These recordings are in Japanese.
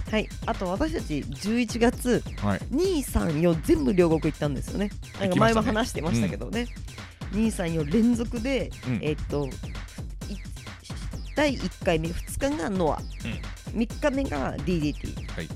はい、あと私たち11月、 はい、 2、3、4全部両国行ったんですよね。なんか前も話してましたけどね、2、3、4連続で、第1回目2日がノア、3日目が DDT、 はい、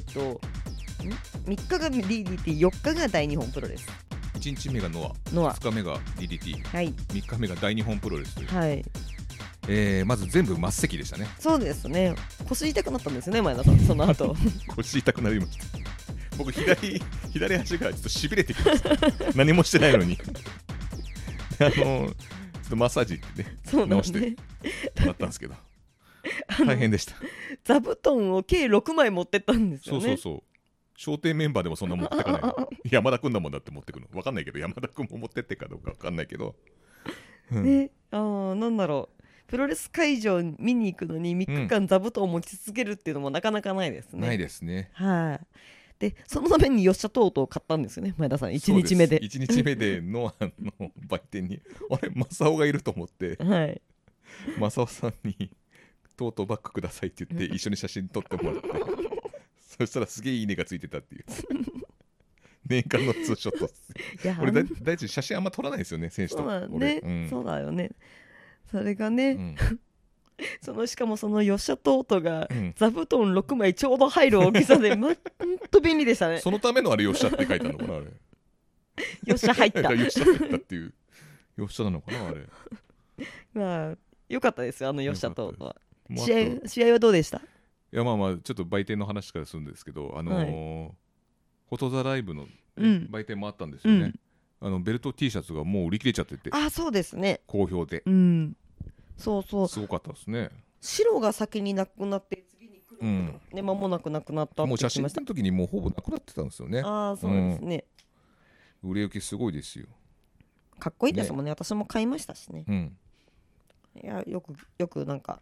3日が DDT、4日が大日本プロレス。 1日目がノア、2日目が DDT、 はい、 3日目が大日本プロレスという、 はい、 まず全部末席でしたね。 そうですね。腰痛くなったんですよね、前田さん、その後腰痛くなりました。僕左足がちょっとしびれてきました何もしてないのにちょっとマッサージってね、直してもらったんですけど大変でした。 座布団を計6枚持ってったんですよね。 そう商店メンバーでもそんな持ってかない山田くんだもんだって持ってくの分かんないけど、山田くんも持ってってかどうか分かんないけど、 ね、なんだろう、プロレス会場見に行くのに3日間座布団を持ち続けるっていうのもなかなかないですね。 ないですね。 はい、でそのためによっしゃトートを買ったんですよね、前田さん。1日目で 1日目でノアの売店にあれ正雄がいると思って、 はい、 正雄さんにトートバッグくださいって言って一緒に写真撮ってもらってそしたらすげえいいねがついてたっていう年間のツーショットっす。俺大体写真あんま撮らないですよね、選手と。 そうだね、そうだよね。それがね、しかもそのよっしゃトートが座布団6枚ちょうど入る大きさでほんと便利でしたね。 そのためのあれよっしゃって書いてあるのかな、あれ。 よっしゃ入ったよっしゃ入ったっていうよっしゃなのかな、あれ。 まあよかったですよ、よっしゃトートは。試合はどうでした？ いや、まあちょっと売店の話からするんですけど、フォトザライブの売店もあったんですよね。ベルト T シャツがもう売り切れちゃってて。 あ、そうですね、 好評で。 そうすごかったですね。 白が先になくなって次に黒ね、間もなくなくなったってもう写真撮る時にもうほぼなくなってたんですよね。 ああ、そうですね、 売れ行きすごいですよ。 かっこいいですもんね。私も買いましたしね。いや、よくなんか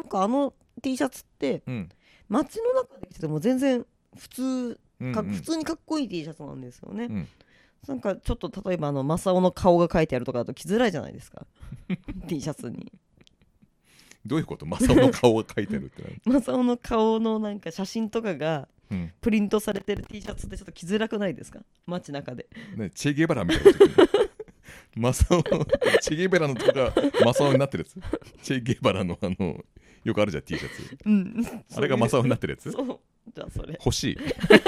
T シャツって、街の中で着てても全然普通にかっこいい T シャツなんですよね。なんかちょっと例えば正雄の顔が書いてあるとかだと着づらいじゃないですかT シャツに。 どういうこと？正雄の顔が書いてあるって正雄の顔のなんか写真とかがプリントされてる T シャツってちょっと着づらくないですか、街中で。 チェゲバラみたいな正雄のチェゲバラのとか正雄になってるやつ。チェゲバラのよくあるじゃん T シャツ、あれが正雄になってるやつ。 そう、じゃあそれ欲しい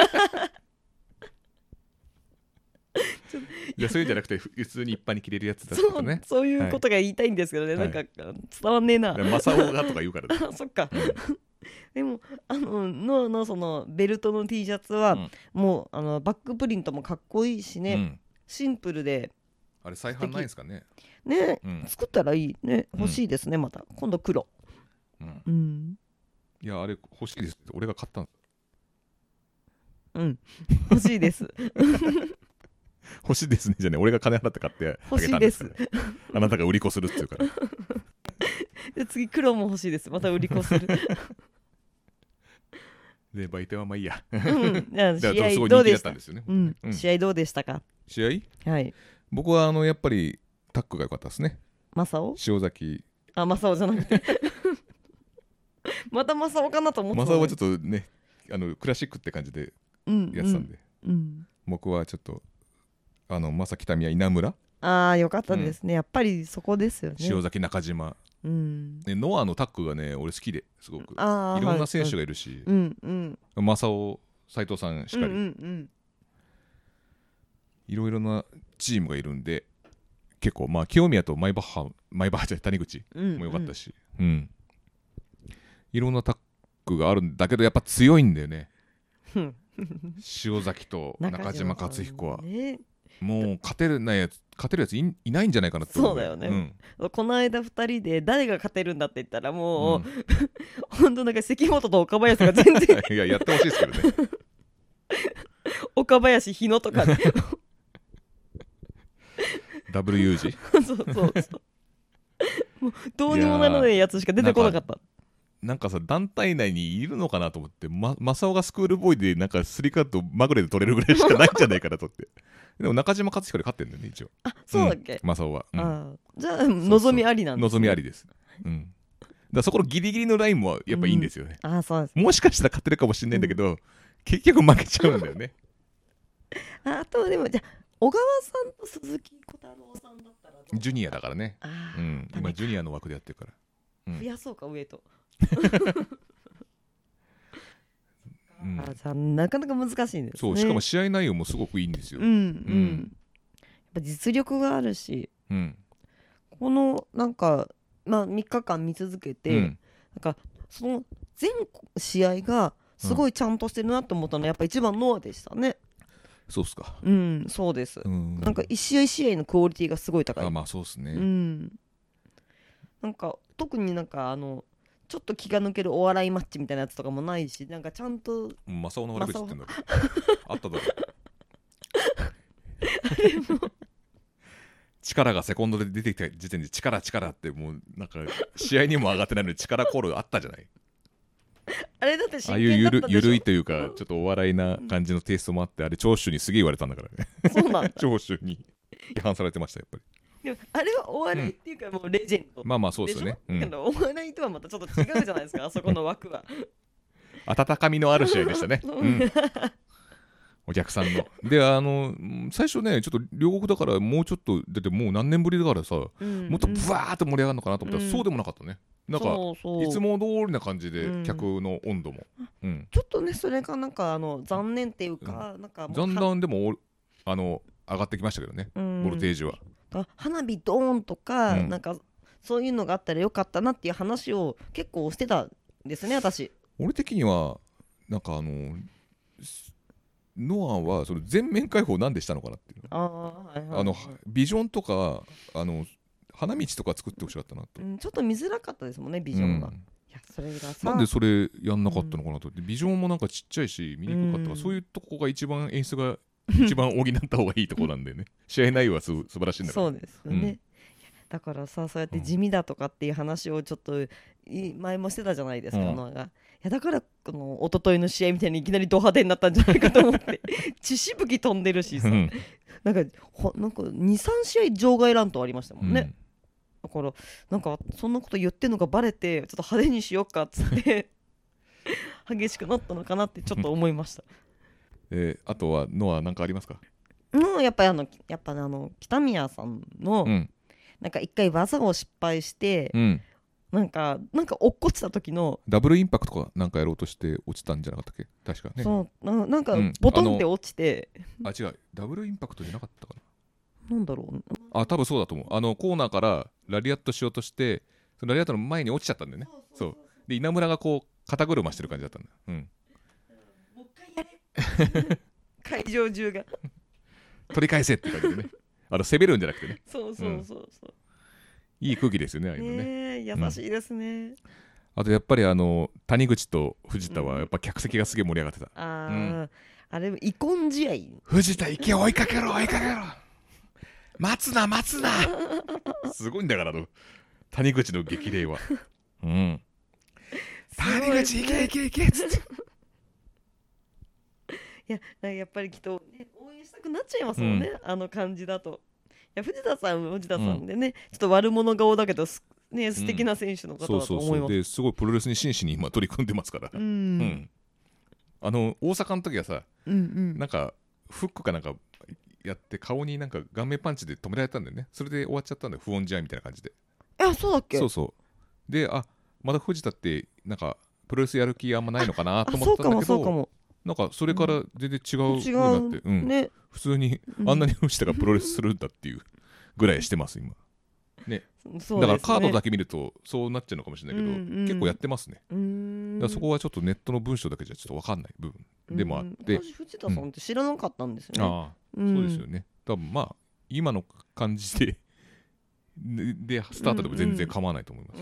いや、そういうんじゃなくて普通に一般に着れるやつだったね。 そういうことが言いたいんですけどね、なんか伝わんねえな。 正雄がとか言うからねそっか、でもノアのそのベルトの T シャツは、もうバックプリントもかっこいいしね、シンプルで。 あれ再販ないんですかね。 ね、作ったらいいね、欲しいですね。また今度黒。 いや、あれ欲しいです。俺が買ったんです。 欲しいです欲しいですねじゃね、俺が金払って買ってあげたんですから、あなたが売り子するっていうからで次黒も欲しいです、また売り子するで売店はまあいいや、 試合どうでした？試合どうでしたか？ 試合、 はい、 僕はやっぱりタッグが良かったですね。 正雄？ 塩崎。 正雄じゃなくてまた正雄かなと思ってた。 正雄はちょっとね、クラシックって感じでやってたんで、僕はちょっと正木民也稲村。 よかったですね、やっぱりそこですよね。 塩崎中島、ノアのタッグがね俺好きですごく。いろんな選手がいるし、正雄斉藤さんしかり、いろいろなチームがいるんで、結構清宮とマイバッハじゃ谷口も良かったし、いろんなタッグがあるんだけどやっぱ強いんだよね塩崎と中島克彦は。もう勝てるやついないんじゃないかなって。 そうだよね、この間2人で誰が勝てるんだって言ったらもう、ほんとなんか関本と岡林が全然いや、やってほしいですけどね岡林日野とかねダブルユージそうもうどうにもならないやつしか出てこなかった。 なんかさ、団体内にいるのかなと思って、正雄がスクールボーイでなんかスリカットまぐれで取れるぐらいしかないんじゃないかなと思ってでも中島克彦で勝ってんだよね一応。 そうだっけ？ 正雄は、 じゃあ望みありなんですね。 望みありです、 らそこのギリギリのラインもやっぱいいんですよね、 そうです。 もしかしたら勝てるかもしれないんだけど、結局負けちゃうんだよね。 あとでもじゃあ小川さんと鈴木小太郎さんだったらジュニアだからね、今ジュニアの枠でやってるから、 増やそうか上とじゃあなかなか難しいんですね。 そう、しかも試合内容もすごくいいんですよ。やっぱ実力があるし、このなんか3日間見続けて、なんかその全試合がすごいちゃんとしてるなと思ったのはやっぱ一番ノアでしたね。 そうっすか。 そうです。なんか一試合一試合のクオリティがすごい高い。 そうっすね。 なんか特になんかちょっと気が抜けるお笑いマッチみたいなやつとかもないし、なんかちゃんとマサオの悪口言ってんだろあっただろ力がセコンドで出てきた時点で力ってもうなんか試合にも上がってないのに力コールあったじゃないあれだって真剣だったでしょ。ああいうゆるいというかちょっとお笑いな感じのテイストもあって、あれ長州にすげえ言われたんだからね。 そうなんだ長州に批判されてましたやっぱり。 でもあれはお笑いっていうかもうレジェンド、 そうですよね。 お笑いとはまたちょっと違うじゃないですかあそこの枠は。 温かみのある試合でしたね。お客さんので最初ねちょっと両国だからもうちょっと出てもう何年ぶりだからさ、もっとブワーって盛り上がるのかなと思ったら、そうでもなかったね。なんかいつも通りな感じで、客の温度も、 ちょっとねそれがなんか残念っていうか、なんかだんだんでも上がってきましたけどね、ボルテージは。 花火ドーンとか、なんかそういうのがあったらよかったなっていう話を結構してたんですね私。 俺的にはなんかノアはその全面開放なんでしたのかなっていう、ビジョンとか花道とか作ってほしかったなと、 ちょっと見づらかったですもんねビジョンが、いやそれがさなんでそれやんなかったのかなと、ビジョンもなんかちっちゃいし見にくかったから、そういうとこが一番演出が一番補った方がいいところなんだよね。試合内容は素晴らしいんだから。 そうですよね、だからさそうやって地味だとかっていう話をちょっと前もしてたじゃないですか、ノアが。いやだからこの一昨日の試合みたいにいきなりド派手になったんじゃないかと思って血しぶき飛んでるしさ、なんか 2,3 試合場外乱闘ありましたもんね、だからなんかそんなこと言ってんのがバレてちょっと派手にしよっかっつって激しくなったのかなってちょっと思いました。 あとはノア何かありますか？ やっぱり北宮さんの、なんか一回技を失敗して、なんか落っこちた時のダブルインパクトかなんかやろうとして落ちたんじゃなかったっけ確かね。 そうなんかボトンって落ちて、 違うダブルインパクトじゃなかったかな。なんだろう。 多分そうだと思う。コーナーからラリアットしようとしてそのラリアットの前に落ちちゃったんだよね。そうで稲村がこう肩車してる感じだったんだよ。 もう一回やれ会場中が取り返せって感じでね攻めるんじゃなくてね。 そういい空気ですよね、ああいうのね。優しいですね。 あとやっぱり谷口と藤田はやっぱ客席がすげえ盛り上がってた。 あれ遺恨試合。 藤田行け追いかけろ待つなすごいんだから谷口の激励は。谷口行けっつって。 いややっぱりきっと、応援したくなっちゃいますもんね、あの感じだと。いや藤田さんでね、ちょっと悪者顔だけど素敵な選手の方だと思います。 ですごいプロレスに真摯に今取り組んでますから。大阪の時はさ、なんかフックかなんかやって顔になんか顔面パンチで止められたんだよね。それで終わっちゃったんだよ、不穏試合みたいな感じで。 そうだっけ。 そうでまだ藤田ってなんかプロレスやる気あんまないのかなと思ったんだけど、なんかそれから全然違う風になって、普通にあんなに藤田がプロレスするんだっていうぐらいしてます今ね。だからカードだけ見るとそうなっちゃうのかもしれないけど、結構やってますね。だからそこはちょっとネットの文章だけじゃちょっと分かんない部分でもあって、 私藤田さんって知らなかったんですよね。 そうですよね。多分今の感じでスタートでも全然構わないと思います。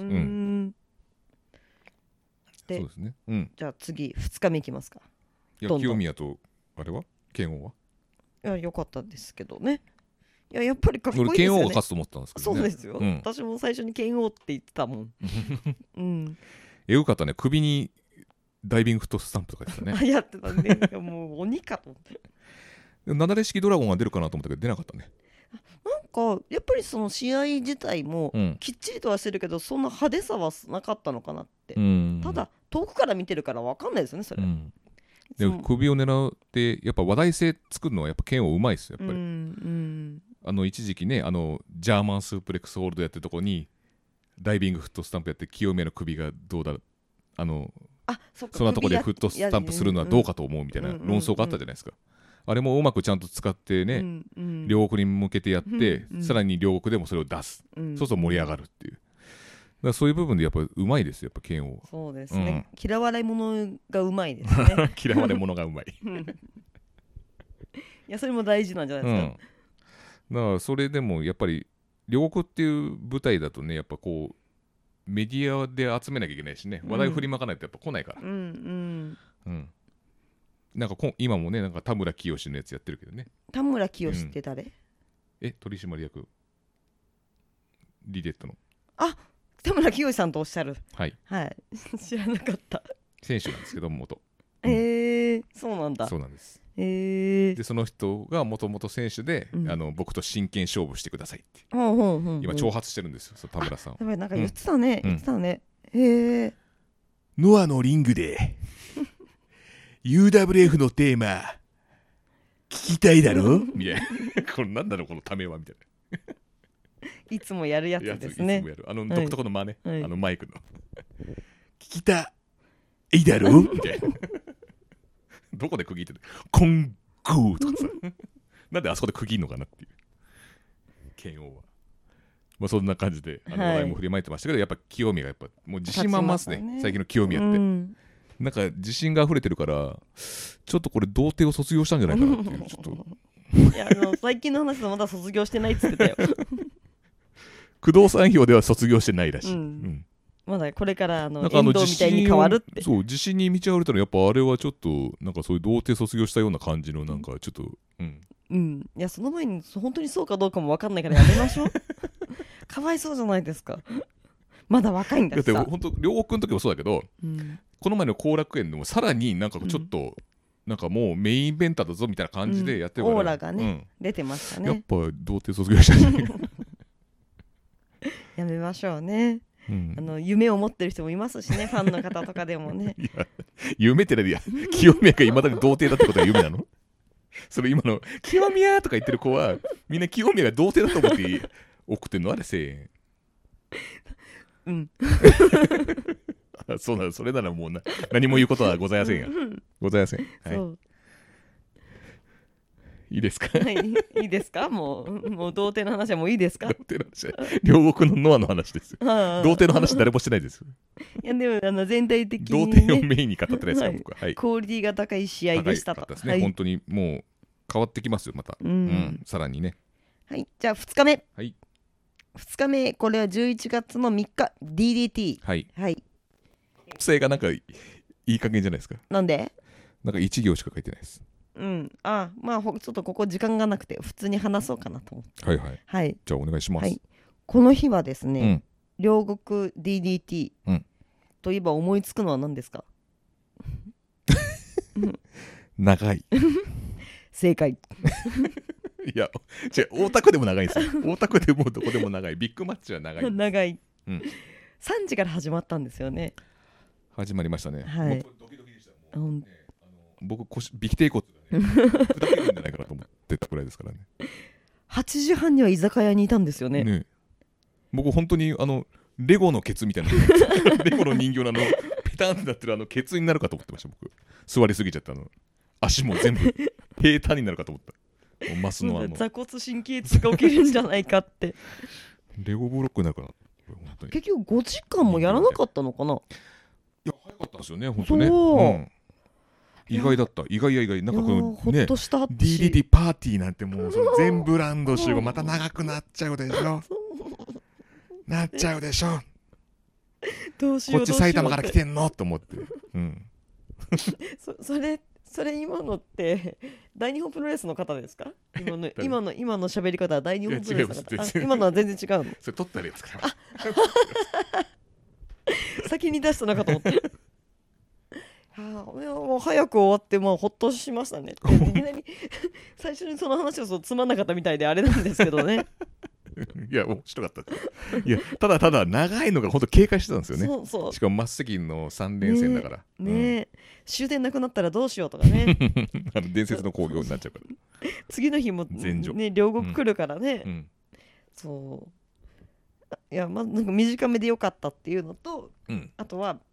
そうですね。 じゃあ次2日目いきますか。 清宮とあれは剣王は良かったですけどね。やっぱりかっこいいですよね。 俺剣王が勝つと思ったんですけどね。 そうですよ、私も最初に剣王って言ってたもん。 エグかったね。首にダイビングフットスタンプとかですね。 やってたね。もう鬼かと思って。 雪崩式ドラゴンが出るかなと思ったけど出なかったね。 なんかやっぱりその試合自体もきっちりとはしてるけど、そんな派手さはなかったのかなって、ただ遠くから見てるから分かんないですよねそれ、 で首を狙ってやっぱ話題性作るのはやっぱ剣王うまいですよやっぱり、一時期ねジャーマンスープレックスホールドやってるとこにダイビングフットスタンプやって清宮の首がどうだそんなとこでフットスタンプするのはどうかと思うみたいな論争があったじゃないですか。あれもうまくちゃんと使ってね、両国に向けてやって、さらに両国でもそれを出す、そうすると盛り上がるっていう、だからそういう部分でやっぱうまいですよやっぱ剣王。 そうですね、嫌われ者がうまいですね嫌われ者がうまいいやそれも大事なんじゃないですか、 だからそれでもやっぱり両国っていう舞台だとねやっぱこうメディアで集めなきゃいけないしね、話題振りまかないとやっぱ来ないから、なんか今もねなんか田村清のやつやってるけどね。 田村清って誰？ 取締役リデットの田村清さんとおっしゃる。 はい知らなかった。 選手なんですけど元。 そうなんだ。 そうなんです。でその人がもともと選手で、僕と真剣勝負してくださいって、今挑発してるんですよ田村さん。 やばいなんか言ってたね、 ノアのリングでUWF のテーマ聞きたいだろみたいなこれなんだろうこのためはみたいないつもやるやつですね。 いつもやる独特の間ね、マイクの聞きたいだろみたいなどこで区切ってるコンゴーとかさなんであそこで区切るのかなっていう剣王は、そんな感じで話題も振りまいてましたけど、やっぱ清宮がやっぱもう自信満々ですね最近の清宮って、なんか自信が溢れてるからちょっとこれ童貞を卒業したんじゃないかなっていうちょっといや最近の話でまだ卒業してないって言ってたよ工藤産業では卒業してないらしい、 まだこれから遠藤みたいに変わるって。 そう自信に満ち溢れたらやっぱあれはちょっとなんかそういう童貞卒業したような感じのなんかちょっといやその前に本当にそうかどうかも分かんないからやめましょうかわいそうじゃないですかまだ若いんだしさ。 だって本当両国の時もそうだけど、この前の後楽園でもさらになんかちょっと、なんかもうメインイベンターだぞみたいな感じでやってるから、 オーラがね、出てましたね。 やっぱ童貞卒業したんじゃないかやめましょうね、夢を持ってる人もいますしねファンの方とかでもねいや夢ってないや清宮がいまだに童貞だってことは夢なのそれ今の清宮とか言ってる子はみんな清宮が童貞だと思って送ってんのあれ声援そうなのそれならもう何も言うことはございませんやございません、いいですかいいですかもう童貞の話はもういいですか。 童貞の話両国のノアの話ですよ童貞の話誰もしてないですいやでも全体的に、 童貞をメインに語ってないですから僕は、 クオリティが高い試合でしたと。 高かったですね、本当にもう変わってきますよまた、さらにね。 じゃあ2日目、 2 日目これは11月の3日 DDT。 性がなんかいい加減じゃないですか。 なんでなんか1行しか書いてないです。 まあちょっとここ時間がなくて普通に話そうかなと思って。 じゃあお願いします。 この日はですね、両国 DDT といえば思いつくのは何ですか？ 長い正解いや大田区でも長いんですよ大田区でもどこでも長いビッグマッチは長い長い、3時から始まったんですよね。 始まりましたね。ドキドキでしたもう、僕ビキテイコって砕けるんじゃないかなと思ってたくらいですからね。 8時半には居酒屋にいたんですよね。 僕本当にレゴのケツみたいなレゴの人形のペタンってなってるケツになるかと思ってました僕。座りすぎちゃった足も全部平坦になるかと思った。マスの座骨神経痛が起きるんじゃないかってレゴブロックになるかな。 結局5時間もやらなかったのかな。 いや早かったですよね本当ね。意外だった。意外なんかこのね DDT パーティーなんてもうその全ブランド集合また長くなっちゃうでしょなっちゃうでしょどうしようこっち埼玉から来てんのと思ってそれ今のって大日本プロレスの方ですか？今の喋り方は大日本プロレスの方。今のは全然違うの。 それ取ってあるやつから先に出したのかと思ってもう早く終わってほっとしましたね。いきなり最初にその話をつまんなかったみたいであれなんですけどねいや面白かった。いやただただ長いのが本当警戒してたんですよね。 そうそう、 しかも末席の3連戦だからね、終電なくなったらどうしようとかね伝説の興行になっちゃうから次の日も、ね、両国来るからね、そういや、まあ、なんか短めでよかったっていうのと、あとは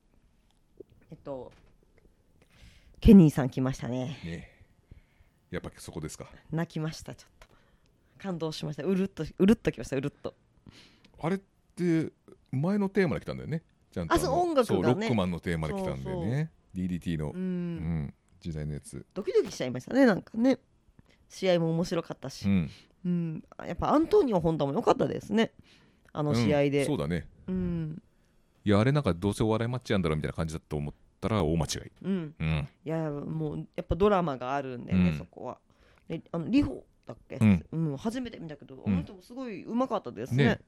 ケニーさん来ましたね。 やっぱそこですか。 泣きました。ちょっと感動しました。うるっときました。うるっと。 あれって前のテーマで来たんだよね。ちゃんとそう音楽がね、 ロックマンのテーマで来たんだよね。そう DDT の、時代のやつ。 ドキドキしちゃいましたね。なんかね、試合も面白かったし、やっぱアントニオ・ホンダも良かったですね、あの試合で。 そうだね。いやあれなんかどうせお笑いマッチやんだろうみたいな感じだと思ったら大間違い。 いやもうやっぱドラマがあるんでね、そこは。でリホだっけ、初めて見たけど、あの人もすごいうまかったですね。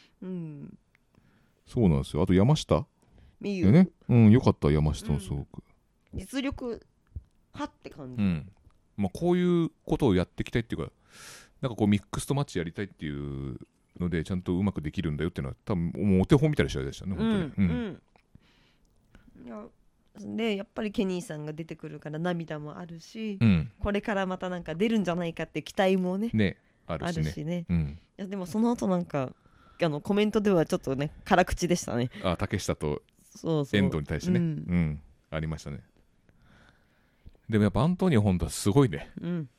そうなんですよ。あと山下美優ね、よかった山下もすごく、 実力派って感じ。 まあこういうことをやっていきたいっていうか、なんかこうミックスとマッチやりたいっていうのでちゃんとうまくできるんだよっていうのは多分もうお手本みたいな試合でしたね本当に。 いやでやっぱりケニーさんが出てくるから涙もあるし、これからまたなんか出るんじゃないかって期待もねあるしね。いやでもその後なんかコメントではちょっとね辛口でしたね。 竹下と遠藤に対してね、ありましたね。でもやっぱアントニオ本田すごいね。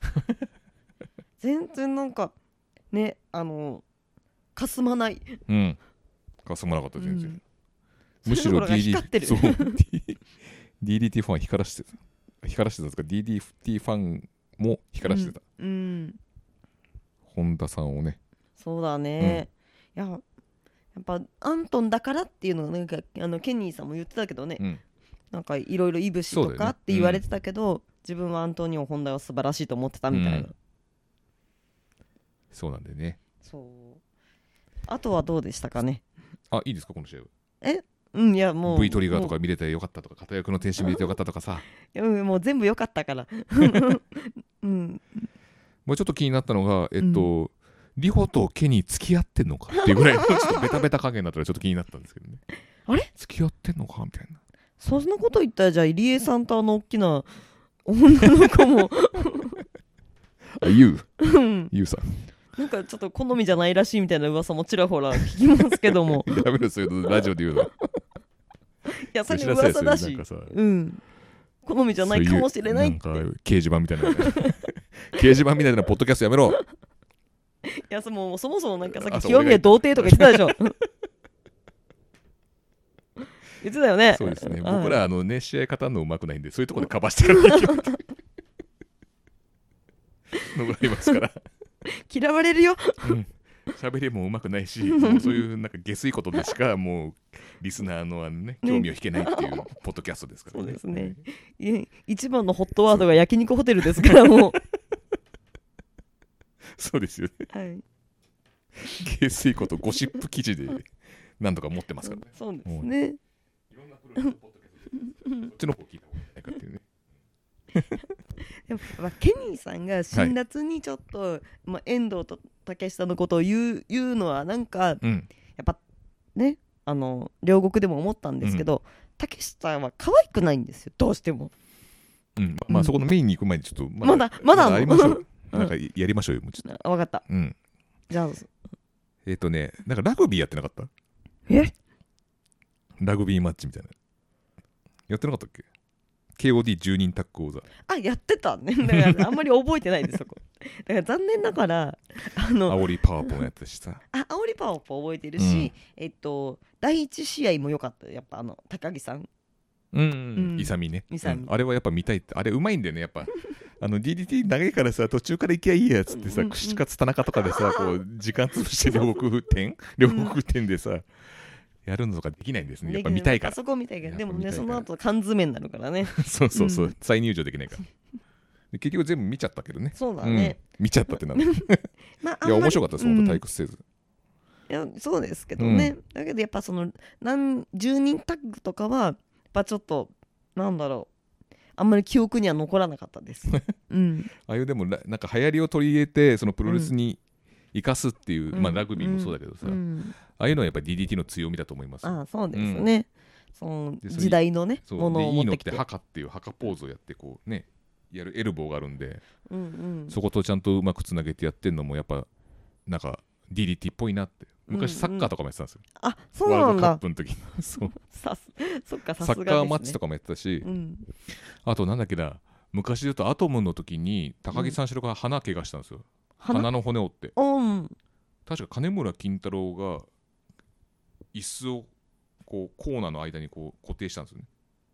全然なんかねかすまない。 かすまなかった全然。むしろ DDT ファンは光らしてたんですか。 DDT ファンも光らしてた、本田さんをね。 そうだね、やっぱアントンだからっていうのをなんかケニーさんも言ってたけどね、なんかいろいろいぶしとかって言われてたけど、自分はアントニオ本田は素晴らしいと思ってたみたいな、 そうなんだよね。 そうあとはどうでしたかね。 いいですかこの試合は。 いやもう V トリガーとか見れてよかったとか片役の停止見れてよかったとかさもう全部よかったからもうちょっと気になったのがリホとケニー付き合ってんのかっていうぐらいのちょっとベタベタ加減だったらちょっと気になったんですけどね。 あれ付き合ってんのかみたいな。 そんなこと言ったらじゃあ入江さんと大きな女の子もゆうさんなんかちょっと好みじゃないらしいみたいな噂もちらほら聞きますけどもやめろそういうのラジオで言うの。いやそれ噂だし、好みじゃないかもしれないって。 なんか掲示板みたいな掲示板みたいなポッドキャストやめろ。 いやそもそもなんかさっき清宮童貞とか言ってたでしょ言ってたよね。 そうですね、僕ら試合語るのうまくないんでそういうところでかばしてるのがありますから嫌われるよ。 喋りもうまくないしもうそういうなんか下水ことでしかもうリスナーの興味を引けないっていうポッドキャストですからね。 そうですね。一番のホットワードが焼肉ホテルですからもうそうですよね。下水ことゴシップ記事で何とか持ってますからね。 そうですね。 いろんなプロのポッドキャストでこっちの方聞いた方がいいかっていうね。 でもケニーさんが辛辣にちょっと、遠藤と竹下のことを言うのはなんか、やっぱね両国でも思ったんですけど、竹下は可愛くないんですよどうしても。 そこのメインに行く前にちょっとまだありましょう。なんかやりましょうよもうちょっと。 分かった。じゃあなんかラグビーやってなかった？ラグビーマッチみたいなやってなかったっけ？KOD10 人タッグ王座。 やってたね。だからあんまり覚えてないですそこ。だから残念ながら煽りパワーポンやったしさ。 煽りパワーポン覚えてるし、第一試合も良かったやっぱ高木さん。 イサミね。あれはやっぱ見たいって、あれうまいんだよねやっぱ。DDT 長いからさ途中から行きゃいいやつってさ、串カツ田中とかでさこう時間潰して両国店でさ。やるのとかできないんですね。やっぱ見たいから。 そこ見たいから。でもね、その後缶詰になるからね。 そう、再入場できないから。結局全部見ちゃったけどね。 そうだね。 見ちゃったってなる。いや、面白かったです、本当退屈せず。 いや、そうですけどね。だけどやっぱ10人タッグとかは、やっぱちょっと、なんだろう。あんまり記憶には残らなかったです。 ああいうでも、なんか流行りを取り入れて、そのプロレスに生かすっていう、まあ、ラグビーもそうだけどさ、ああいうのはやっぱり DDT の強みだと思います。 そうですね、その時代のねものを持ってきて、いいのってハカっていうハカポーズをやってこうねやるエルボーがあるんで、そことちゃんとうまくつなげてやってんのもやっぱなんか DDT っぽいなって。昔サッカーとかもやってたんですよ。 そうなんだ。 ワールドカップの時にそっか、 サッカーマッチとかもやってたし、あとなんだっけな、昔で言うとアトムの時に高木三四郎が鼻怪我したんですよ。鼻の骨折って、確か金村金太郎が椅子をこうコーナーの間にこう固定したんですよね。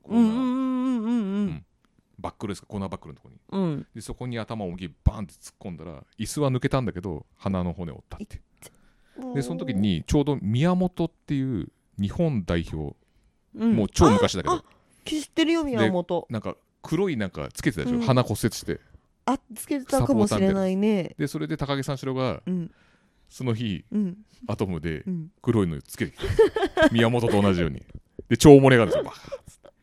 バックルですか、コーナーバックルのところに、でそこに頭を思いっきりバーンって突っ込んだら椅子は抜けたんだけど鼻の骨を折ったって。でその時にちょうど宮本っていう日本代表、もう超昔だけど知ってるよ宮本。 なんか黒いなんかつけてたでしょ、鼻骨折して。 つけてたかもしれないね。 でそれで高木三四郎が、その日、アトムで黒いのつけてきた、宮本と同じように。で超漏れがあるんですよ、バー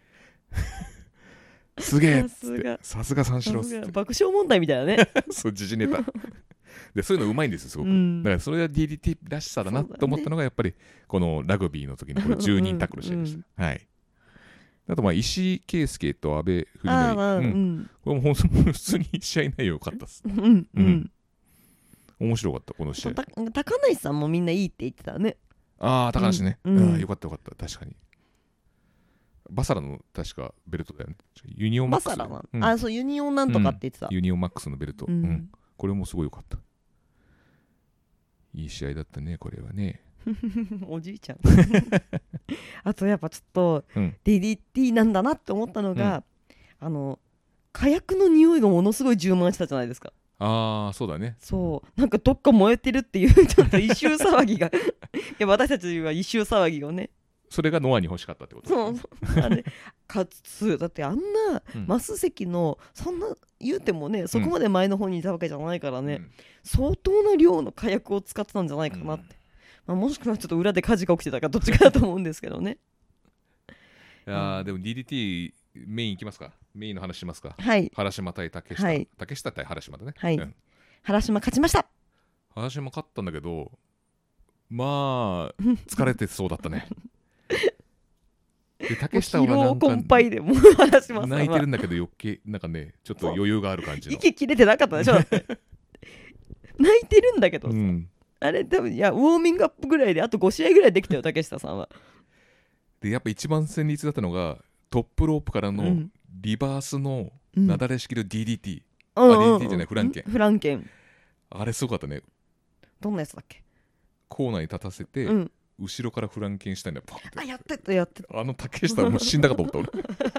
ッすげえっつって、さすが三四郎っつって、 爆笑問題みたいなねそう時事ネタでそういうのうまいんですよすごく、だからそれが DDT らしさだなと思ったのがやっぱりこのラグビーの時のこの10人タックルしてました。はい。あとまあ石井圭介と阿部文則、これも普通に試合内容良かったです。面白かったこの試合。 高梨さんもみんないいって言ってたね。 高梨ね、よかったよかった、確かに。バサラの確かベルトだよね。ユニオンマックス。バサラそうユニオンなんとかって言ってた。 ユニオンマックスのベルト、これもすごい良かった。いい試合だったねこれはねおじいちゃんあとやっぱちょっと、DDT なんだなって思ったのが、火薬の匂いがものすごい充満したじゃないですか。 そうだね。 そうなんかどっか燃えてるっていうちょっと異臭騒ぎがいや私たちは異臭騒ぎをね、 それがノアに欲しかったってこと、 そうかつだってあんなマス席のそんな言うてもねそこまで前の方にいたわけじゃないからね、相当な量の火薬を使ってたんじゃないかなって、もしくはちょっと裏で火事が起きてたかどっちかだと思うんですけどね。 でも DDT メインいきますか。メインの話しますか。 はい。 原島対竹下、竹下対原島だね。 はい、原島勝ちました。 原島勝ったんだけどまあ疲れてそうだったねで竹下はなんか疲労困憊でも原島さんは泣いてるんだけど余計なんかねちょっと余裕がある感じの。 息切れてなかったでしょ泣いてるんだけどさ、あれ多分ウォーミングアップぐらいであと5試合ぐらいできたよ竹下さんは。 でやっぱ一番戦慄だったのがトップロープからのリバースのなだれ式の DDT、DDT じゃないフランケン、あれすごかったね。 どんなやつだっけ。 コーナーに立たせて、後ろからフランケンしたんだよ。パッてやってた竹下はもう死んだかと思った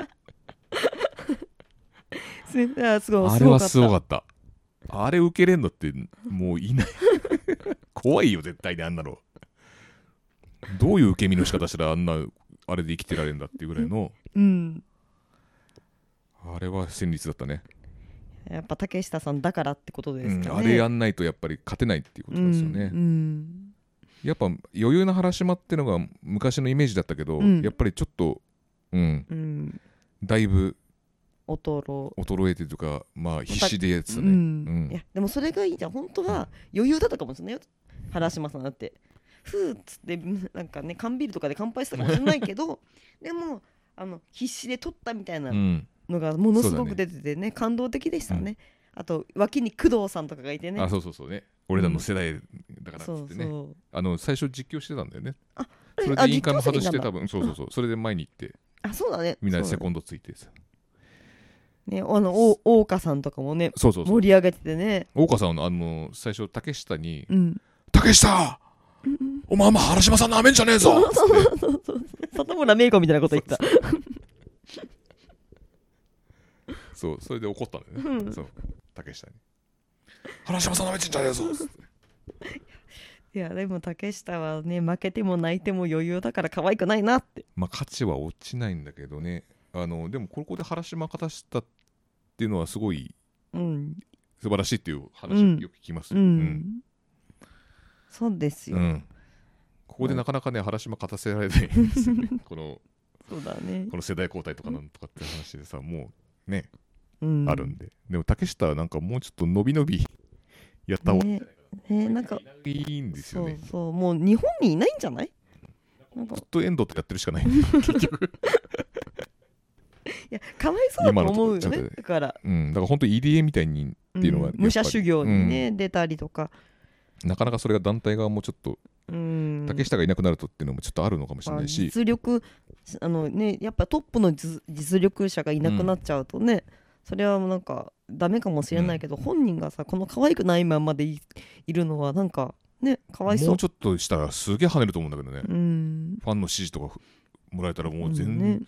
俺すごいあれはすごかった。あれ受けれんのってもういない怖いよ絶対にあんなの。どういう受け身の仕方したらあんなあれで生きてられるんだっていうぐらいの、あれは戦慄だったね。 やっぱ竹下さんだからってことですかね、 あれやんないとやっぱり勝てないっていうことですよね、やっぱ余裕な原島ってのが昔のイメージだったけど、やっぱりちょっとだいぶ衰えてるとかまあ必死でやってたね、 いやでもそれがいいじゃん。本当は余裕だったかもしれないよ原島さんだって。ふーっつってなんかね缶ビールとかで乾杯したかもしれないけどでも必死で取ったみたいなのがものすごく出ててね、感動的でしたね、あと脇に工藤さんとかがいてね。 そうね、俺らの世代だからっつってね、最初実況してたんだよね。それでインカム外して多分それで前に行ってそうだね、 みんなでセコンドついてさね、大岡さんとかもね盛り上げててね。 大岡さんは最初竹下に竹下お前原島さんなめんじゃねえぞ里村芽衣子みたいなこと言ったそれで怒ったんだよね、竹下に原島さんなめんじゃねえぞいやでも竹下はね負けても泣いても余裕だから可愛くないなって。 価値は落ちないんだけどね。でもここで原島勝たしたっていうのはすごい素晴らしいっていう話をよく聞きます。 そうですよ、 ここでなかなかね原島勝たせられないんですよねそうだね、 この世代交代とかなんとかって話でさもうね、あるんで。でも竹下はなんかもうちょっと伸び伸びやった方がいいんじゃないかな。 なんかいいんですよね。 そうもう日本にいないんじゃない？ なんかずっとエンドってやってるしかない結局いやかわいそうだと思うよね。だからだから本当入江みたいにっていうのは、 武者修行にね、出たりとか、 なかなかそれが団体側もちょっと竹下がいなくなるとっていうのもちょっとあるのかもしれないし、 実力やっぱトップの実力者がいなくなっちゃうとね、それはなんかダメかもしれないけど、本人がさこの可愛くないままで いるのはなんかねかわいそう。 もうちょっとしたらすげえ跳ねると思うんだけどね、ファンの支持とかもらえたらもう全然、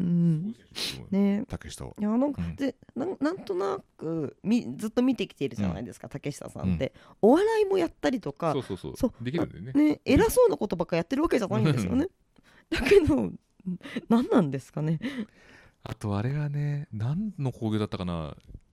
竹下は。いやなんとなくずっと見てきてるじゃないですか、竹下さんって。お笑いもやったりとか、 そうできるんだよね。 偉そうなことばっかやってるわけじゃないんですよね。だけど何なんですかね。 あとあれがね、何の興行だったかな、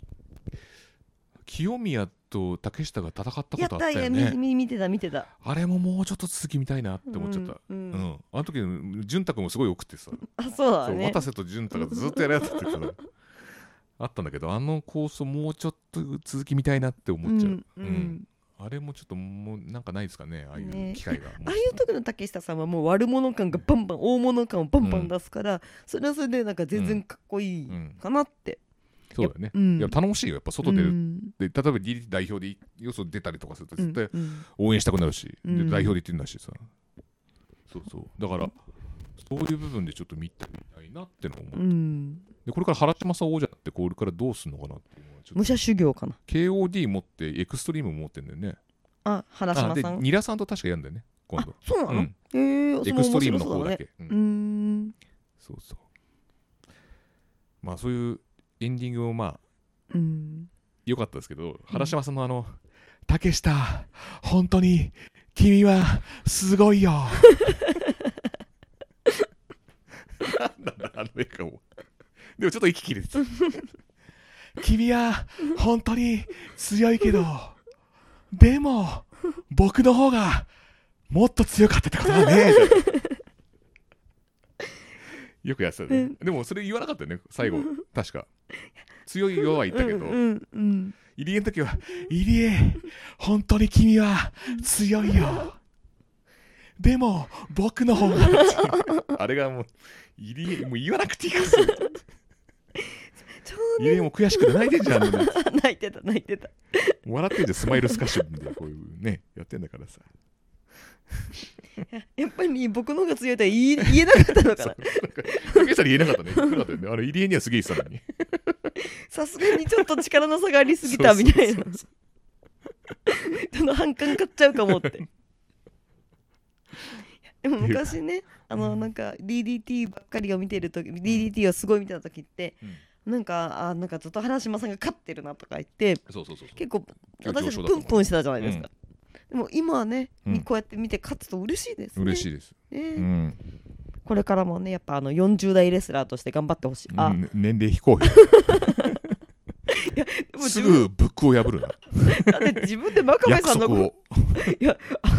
清宮と竹下が戦ったことあったよね。 やった、見てた。 あれももうちょっと続き見たいなって思っちゃった。あの時潤太君もすごい多くてさ、 そうだね、 渡瀬と潤太がずっとやられててさあったんだけど、あの構想もうちょっと続き見たいなって思っちゃう。あれもちょっともうなんかないですかね、ああいう機会が。 ああいう時の竹下さんはもう悪者感がバンバン、大物感をバンバン出すから、それはそれでなんか全然かっこいいかなって。 そうだよね。いや楽しいよ、やっぱ外出る。で例えば DDT 代表でよそ出たりとかすると絶対応援したくなるし、で代表で行ってるんだしさ。そうだからそういう部分でちょっと見たいなってのを思って。でこれから原島さん王者ってこれからどうすんのかなっていうのはちょっと。 武者修行かな。 KOD 持ってエクストリーム持ってんだよね。 原島さんでニラさんと確かやるんだよね今度。 そうなの？ エクストリームの方だけ。そうまあそういうエンディングもまあ良かったですけど、原島さんの竹下本当に君はすごいよなんだあの笑顔。でもちょっと息切れてた君は本当に強いけどでも僕の方がもっと強かったってことだねよくやってたね。でもそれ言わなかったよね最後確か。強い弱い言ったけど、入江の時は入江本当に君は強いよでも僕の方があれがもう入江もう言わなくていいから入江も悔しくて泣いてんじゃん泣いてた笑ってんじゃん、スマイルスカッシュでこういうねやってんだからさやっぱり僕の方が強いとは言えなかったのかな。 竹下に言えなかったね。入江にはすげえ言ってたのにさすがにちょっと力の差がありすぎたみたいな。その反感買っちゃうかもってでも昔ねなんか DDT ばっかりを見てるとき、DDT をすごい見てた時って、なんかずっと原島さんが勝ってるなとか言って結構私たちプンプンしてたじゃないですか。でも今はね、こうやって見て勝つと嬉しいですね。 嬉しいです、 これからもねやっぱ40代レスラーとして頑張ってほしい。 年齢非公表すぐブックを破るな。 だって自分で真壁さんのいや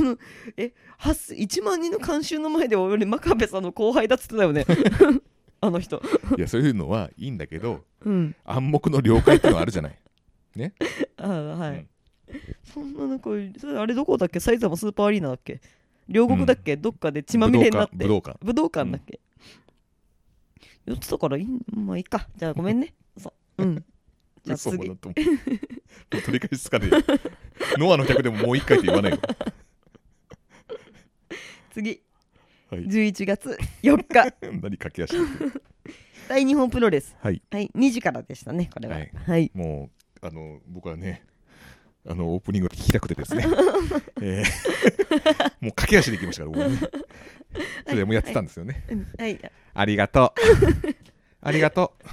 1万人の観衆の前で俺真壁さんの後輩だっつってたよねあの人いやそういうのはいいんだけど、暗黙の了解ってのはあるじゃないね。 はい、そんなあれどこだっけ、埼玉スーパーアリーナだっけ、両国だっけ、どっかで血まみれになって武道館だっけ、言ってたからまあいいか、じゃあごめんねじゃあ次もう取り返しつかねえノアの客でももう一回って言わないよ次、11月4日何駆け足大日本プロレス、 はい、 2時からでしたねこれは。 もう僕はねオープニング聞きたくてですねもう駆け足で行きましたから僕ねそれでもやってたんですよね。ありがとうありがとう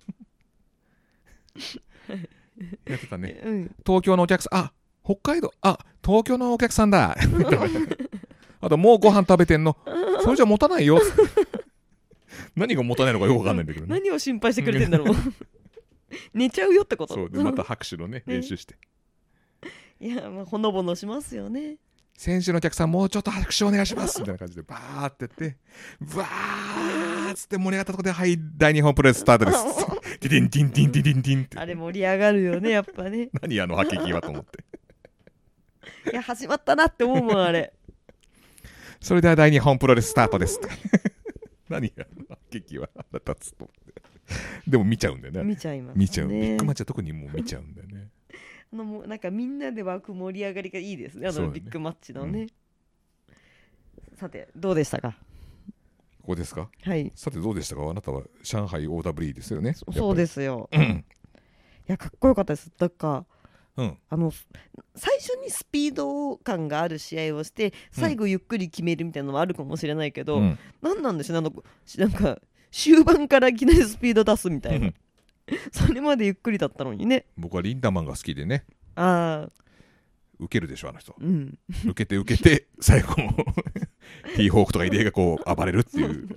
やってたね、東京のお客さん、北海道、東京のお客さんだあともうご飯食べてんのそれじゃ持たないよ何が持たないのかよく分かんないんだけどね。 何を心配してくれてんだろう寝ちゃうよってこと。 そうでまた拍手のね練習していやほのぼのしますよね。 選手のお客さんもうちょっと拍手お願いしますみたいな感じでバーってやってバーッつって盛り上がったところではい大日本プロレススタートですディデンディンディンディディンディンってあれ盛り上がるよねやっぱね何破棄はと思っていや始まったなって思うもんあれ。 それでは大日本プロレススタートです何や劇は腹立つと思ってでも見ちゃうんだよね。 見ちゃいますね。 見ちゃう。ビッグマッチは特にもう見ちゃうんだよね。 もうなんかみんなで湧く盛り上がりがいいですね、ビッグマッチのね、さてどうでしたか。 ここですか。 はい。 さてどうでしたか。あなたは上海 OWE ですよね。 そうですよ。いやかっこよかったです。だから最初にスピード感がある試合をして最後ゆっくり決めるみたいなのもあるかもしれないけど、何なんでしょうね、なんか終盤からいきなりスピード出すみたいな、それまでゆっくりだったのにね。 僕はリンダマンが好きでね。受けるでしょあの人、受けて最後もティーホークとか入江がこう暴れるっていう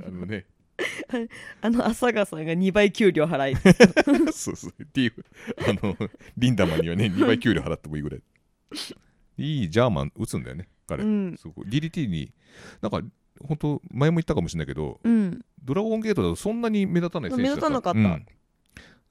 朝香さんが2倍給料払いそうリンダマンにはね2倍給料払ってもいいぐらいいいジャーマン打つんだよね彼、DDT になんか本当前も言ったかもしれないけど、ドラゴンゲートだとそんなに目立たない選手だった。 目立たなかった、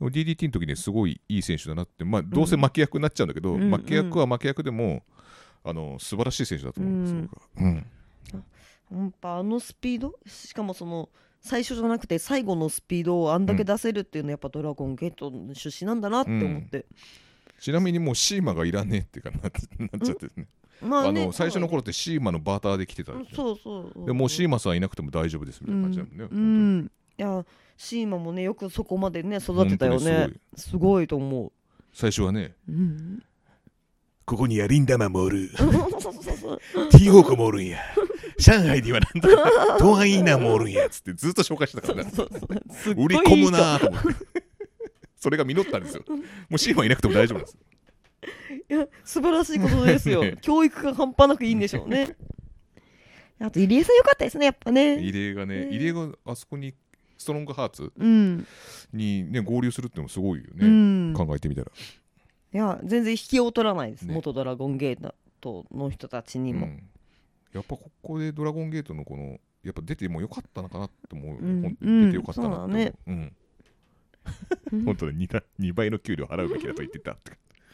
DDT の時にすごいいい選手だなって、どうせ負け役になっちゃうんだけど、負け役は負け役でも素晴らしい選手だと思うんですよ。 本当スピード、しかもその最初じゃなくて最後のスピードをあんだけ出せるっていうのはやっぱドラゴンゲートの出身なんだなって思って、 ちなみにもうシーマがいらねえっていうかなっちゃってですね。最初の頃ってシーマのバーターで来てたんですよ。でもうシーマさんいなくても大丈夫ですみたいな感じだもんね。 いやシーマもねよくそこまでね育てたよね。すごいと思う。 最初はね、ここにはリンダマンもおるティーホークもおるんや上海にはなんだ東安イーナーもおるんやつってずっと紹介してたからね。売り込むなと思ってそれが実ったんですよ。もうシーマいなくても大丈夫なんです。 いや素晴らしいことですよ教育が半端なくいいんでしょうね。あと入江さん良かったですねやっぱね。 入江があそこにストロングハーツに、ね、合流するってのもすごいよね、考えてみたら。 いや全然引きを取らないです、元ドラゴンゲートの人たちにも、 やっぱここでドラゴンゲートのこのやっぱ出てもよかったのかなって思う、出てよかったなって思う。ね、本当に 2倍の給料払うべきだと言ってたって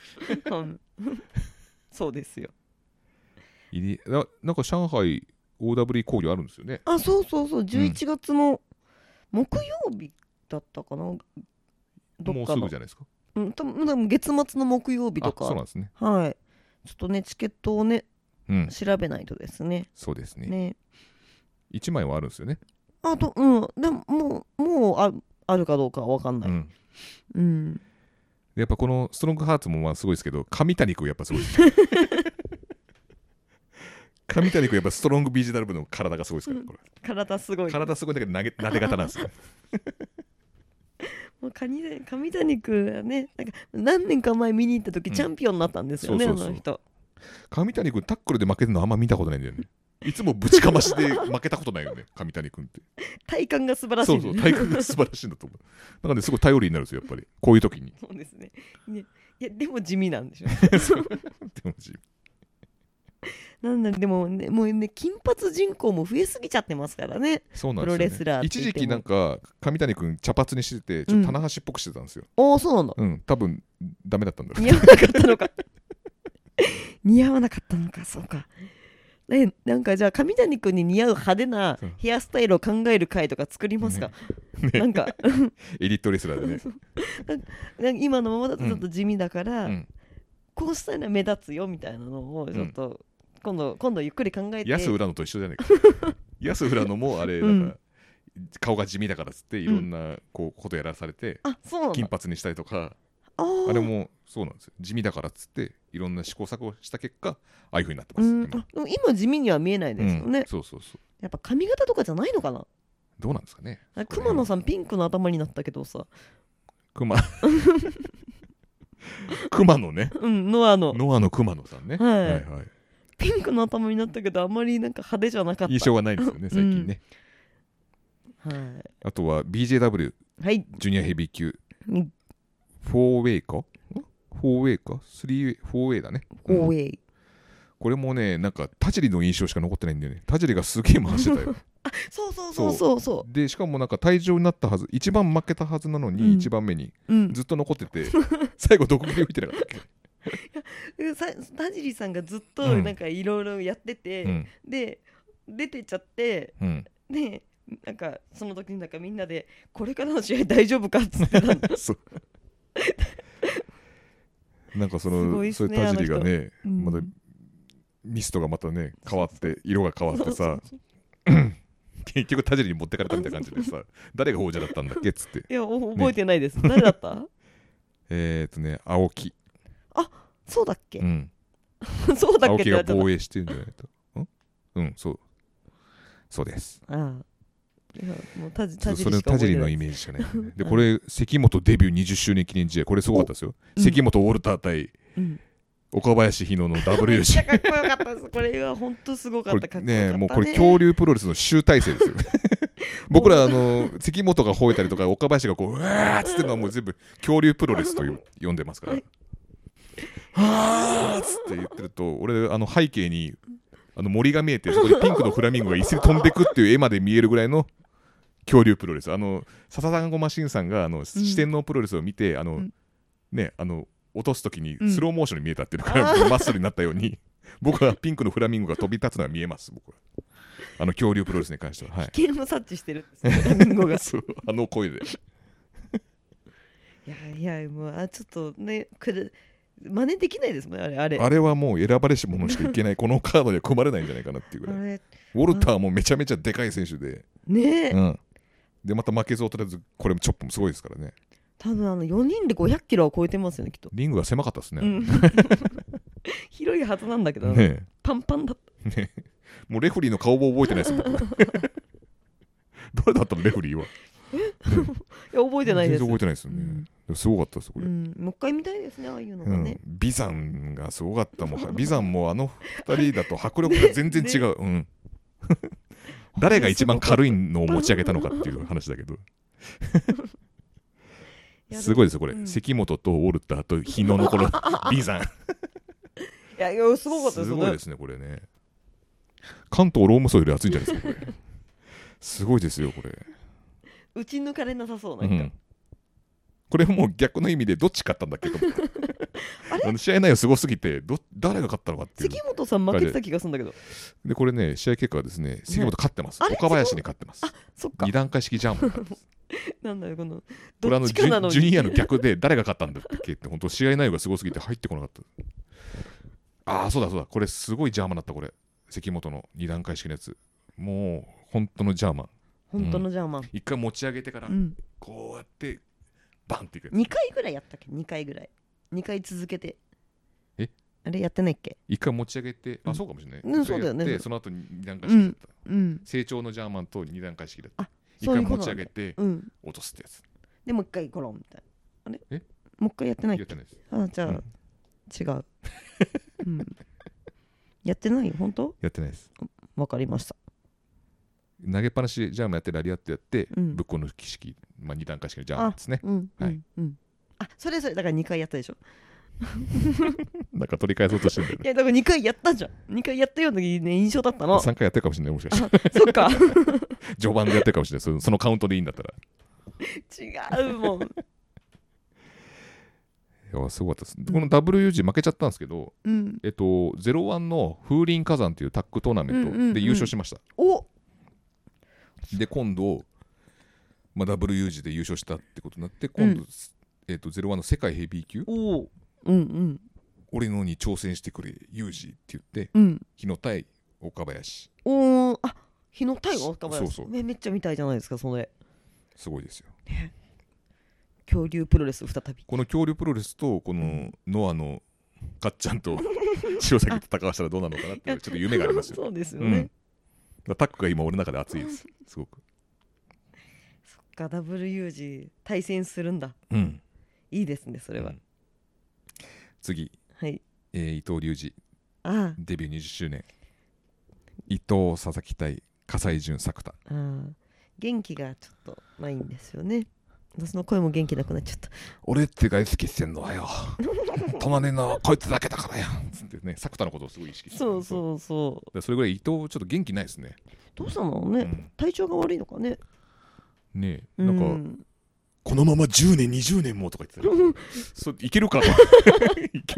そうですよ。 なんか上海 OWE 工業あるんですよね。 そう11月の木曜日だったかな、どっかのもうすぐじゃないですか。 多分月末の木曜日とか。 そうなんですね。 はい。ちょっとねチケットをね、調べないとですね。 そうですね。1枚はあるんですよね。 でももうあるかどうかは分かんない。 やっぱこのストロングハーツもすごいですけど、上谷君やっぱすごいです上谷君やっぱストロングビジナル部の体がすごいですから、これ体すごいんだけどなで型なんですよもう上谷君はねなんか何年か前見に行った時、チャンピオンになったんですよね、あの人。 上谷君タックルで負けるのあんま見たことないんだよね。いつもぶちかましで負けたことないよね上谷君って。 体幹が素晴らしい、 体幹が素晴らしいんだと思う。だからねすごい頼りになるんですよやっぱりこういう時に。 そうですね。いやでも地味なんでしょでも地味でもね、もうね金髪人口も増えすぎちゃってますからね。 そうなんですよね、 プロレスラーって一時期なんか上谷君茶髪にしててちょっと棚橋っぽくしてたんですよ。 そうなんだ。 多分ダメだったんだろう。 似合わなかったのか似合わなかったのか。そうか。なんかじゃあ上谷君に似合う派手なヘアスタイルを考える回とか作りますか、なんかエリートレスラーでねなんか今のままだとちょっと地味だから、こうしたら目立つよみたいなのをちょっと、今度ゆっくり考えて。 安浦野と一緒じゃないか安浦野もあれなんか、顔が地味だからっつっていろんなことやらされて、金髪にしたりとか、あれもそうなんですよ。地味だからっつっていろんな試行錯誤した結果ああいう風になってます。 でも今地味には見えないですよね。 そうそうそう。 やっぱ髪型とかじゃないのかな。 どうなんですかね。 熊野さんピンクの頭になったけどさ。 熊野ね。 ノアの熊野さんね。 はいはい。ピンクの頭になったけどあまりなんか派手じゃなかった。 印象がないですよね最近ね。あとは BJW ジュニアヘビー級。4ウェイか ?4 ウェイか ?4 ウェイだね。 4ウェイ。 これもね、なんか田尻の印象しか残ってないんだよね。田尻がすげえ回してたよ。 そう。 で、しかもなんか退場になったはず、一番負けたはずなのに、一番目にずっと残ってて、最後、毒斬り吹いてなかったっけ。 田尻さんがずっとなんかいろいろやってて、で出てっちゃって、でなんかその時になんかみんなでこれからの試合大丈夫かっつってたんだなんかそういう田尻がね、まだミストがまたね変わって色が変わってさ、結局田尻に持ってかれたみたいな感じでさ誰が王者だったんだっけっつって。 いや覚えてないです、誰だった？ 青木。 あ、そうだっけ？そうだっけ？ 青木が防衛してるんじゃないと。そうです。 もう田尻それ田尻のイメージしかない。でこれ関本デビュー20周年記念試合、これすごかったですよ。関本ウォルター対岡林日野のダブル優勝。 かっこよかったです。これは本当すごかった。 もうこれ恐竜プロレスの集大成ですよ。僕ら関本が吠えたりとか岡林がこううわーっつってのはもう全部恐竜プロレスと呼んでますから。はーっつって言ってると、俺背景に森が見えて、そこでピンクのフラミンゴが一斉に飛んでくっていう絵まで見えるぐらいの恐竜プロレス。笹団子マシンさんが四天王プロレスを見て落とすときにスローモーションに見えたっていうのからマッスルになったように、僕はピンクのフラミンゴが飛び立つのは見えます。僕は恐竜プロレスに関しては危険を察知してるんですフラミンゴが。 そう声でいやもうちょっとね真似できないですもんね。あれはもう選ばれし者しかいけないこのカードには組まれないんじゃないかなっていうぐらい。ウォルターもめちゃめちゃでかい選手でね、 でまた負けず劣らず、これもチョップもすごいですからね。 多分4人で500キロは超えてますよねきっと。 リングが狭かったですね、 広いはずなんだけどパンパンだった、 もうレフリーの顔も覚えてないです僕誰だったのレフリーは。 いや覚えてないです。 全然覚えてないですよね、すごかったですこれ、 もう一回見たいですね、ああいうのがね。 ビザンがすごかったもん。ビザンも2人だと迫力が全然違う、誰が一番軽いのを持ち上げたのかっていう話だけどすごいですよこれ、関本とウォルターと日野のこのビザンいやすごかったですね。 すごいですねこれね。関東ローム層より熱いんじゃないですかこれすごいですよこれ。 打ち抜かれなさそうなんか、 これもう逆の意味でどっち勝ったんだっけと思って試合内容すごすぎて誰が勝ったのかっていう。 関本さん負けてた気がするんだけど。 でこれね試合結果はですね、関本勝ってます、岡林に勝ってます。 そっか、 2段階式ジャンプなんだよこのこれジュニアの逆で誰が勝ったんだっけって本当試合内容がすごすぎて入ってこなかった。そうだこれすごいジャーマンだった。これ関本の2段階式のやつ、もう本当のジャーマン。 本当のジャーマン、 一回持ち上げてから、こうやってバンっていくやつ。 2回ぐらいやったっけ？ 2 回ぐらい2回続けてあれやってないっけ？ 一回持ち上げて、そうかもしれない、 そうだよね。 その後2段階式だった、成長のジャーマンと2段階式だった。一回持ち上げて、落とすってやつでもう一回ゴロンみたいな。あれもう一回やってないっけ？ やってないです。 じゃあ、違うやってない？本当？ やってないです。 わかりました。 投げっぱなしジャーマンやってラリアットやって、ぶっこ抜き式、2段階式のジャーマンですね。それだから2回やったでしょなんか取り返そうとしてるんだよね。 いやだから2回やったじゃん。2回やったような、印象だったの。 3回やってるかもしれない、もしかして。 そっか序盤でやってるかもしれない。そのカウントでいいんだったら。 違うもん。いやすごかったです。この WUG 負けちゃったんですけど、01の風林火山というタッグトーナメントで優勝しました。で今度、WUG で優勝したってことになって、今度、01の世界ヘビー級、俺のに挑戦してくれユージって言って、日野対岡林。 日野対岡林。そうめっちゃ見たいじゃないですかそれ。 すごいですよ。 恐竜プロレス再び。 この恐竜プロレスとこのノアのかっちゃんと塩崎と戦わしたらどうなるのかなっていうちょっと夢がありますよ。 そうですよね。 タッグが今俺の中で熱いです。すごく。 そっか、WUG対戦するんだ。いいですねそれは。 次、伊藤隆二デビュー20周年。伊藤佐々木対葛西潤作田。 元気がちょっとないんですよね。私の声も元気なくなっちゃった。 俺って大好きしてんのはよ隣のこいつだけだからよつってね、作田のことをすごい意識して。 そうそれぐらい伊藤ちょっと元気ないですね。 どうしたのね、体調が悪いのかね。 ねえ、なんかこのまま10年20年もとか言ってたらいけるかないける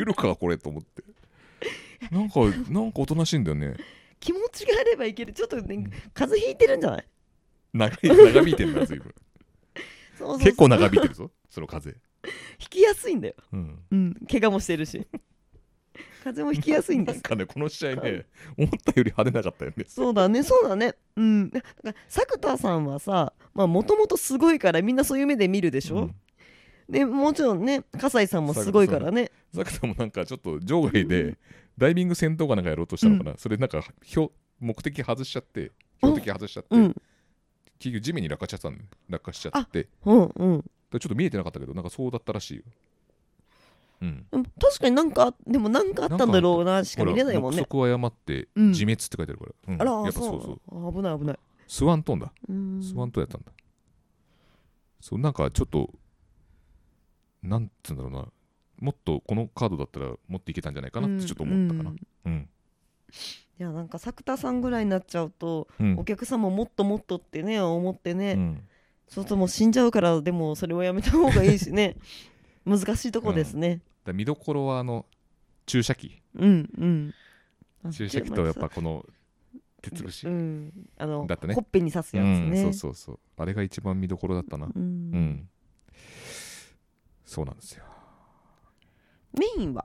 るかこれと思ってなんかおとなしいんだよね。 気持ちがあればいける。ちょっとね、風邪ひいてるんじゃない？ 長引いてるな、随分。 そう結構長引いてるぞその風邪。 引きやすいんだよ。怪我もしてるし風邪も引きやすいんです。 なんかね、この試合ね、思ったより派手なかったよね。 そうだね。だから作田さんはさ、もともとすごいからみんなそういう目で見るでしょ。でもちろんね、葛西さんもすごいからね。 作田もなんかちょっと場外でダイビング戦闘かなんかやろうとしたのかな、それなんか目的外しちゃって、標的外しちゃって、結局地面に落下しちゃって、ちょっと見えてなかったけど、なんかそうだったらしいよ。 でも確かになんかあったんだろうなしか見れないもんね。 目測を誤って自滅って書いてあるから、 あら、 やっぱそう、 危ない危ない。 スワントンだ。スワントンやったんだ。そう、なんかちょっとなんつうんだろうな、もっとこのカードだったら持っていけたんじゃないかなってちょっと思ったかな。いや、なんか作田さんぐらいになっちゃうと、お客さんももっともっとってね思ってね、そうするともう死んじゃうから、でもそれをやめた方がいいしね難しいとこですね。 だ見どころは注射器、注射器とやっぱこの鉄串、だったね、 ほっぺに刺すやつね。 そうあれが一番見どころだったな。そうなんですよ。 メインは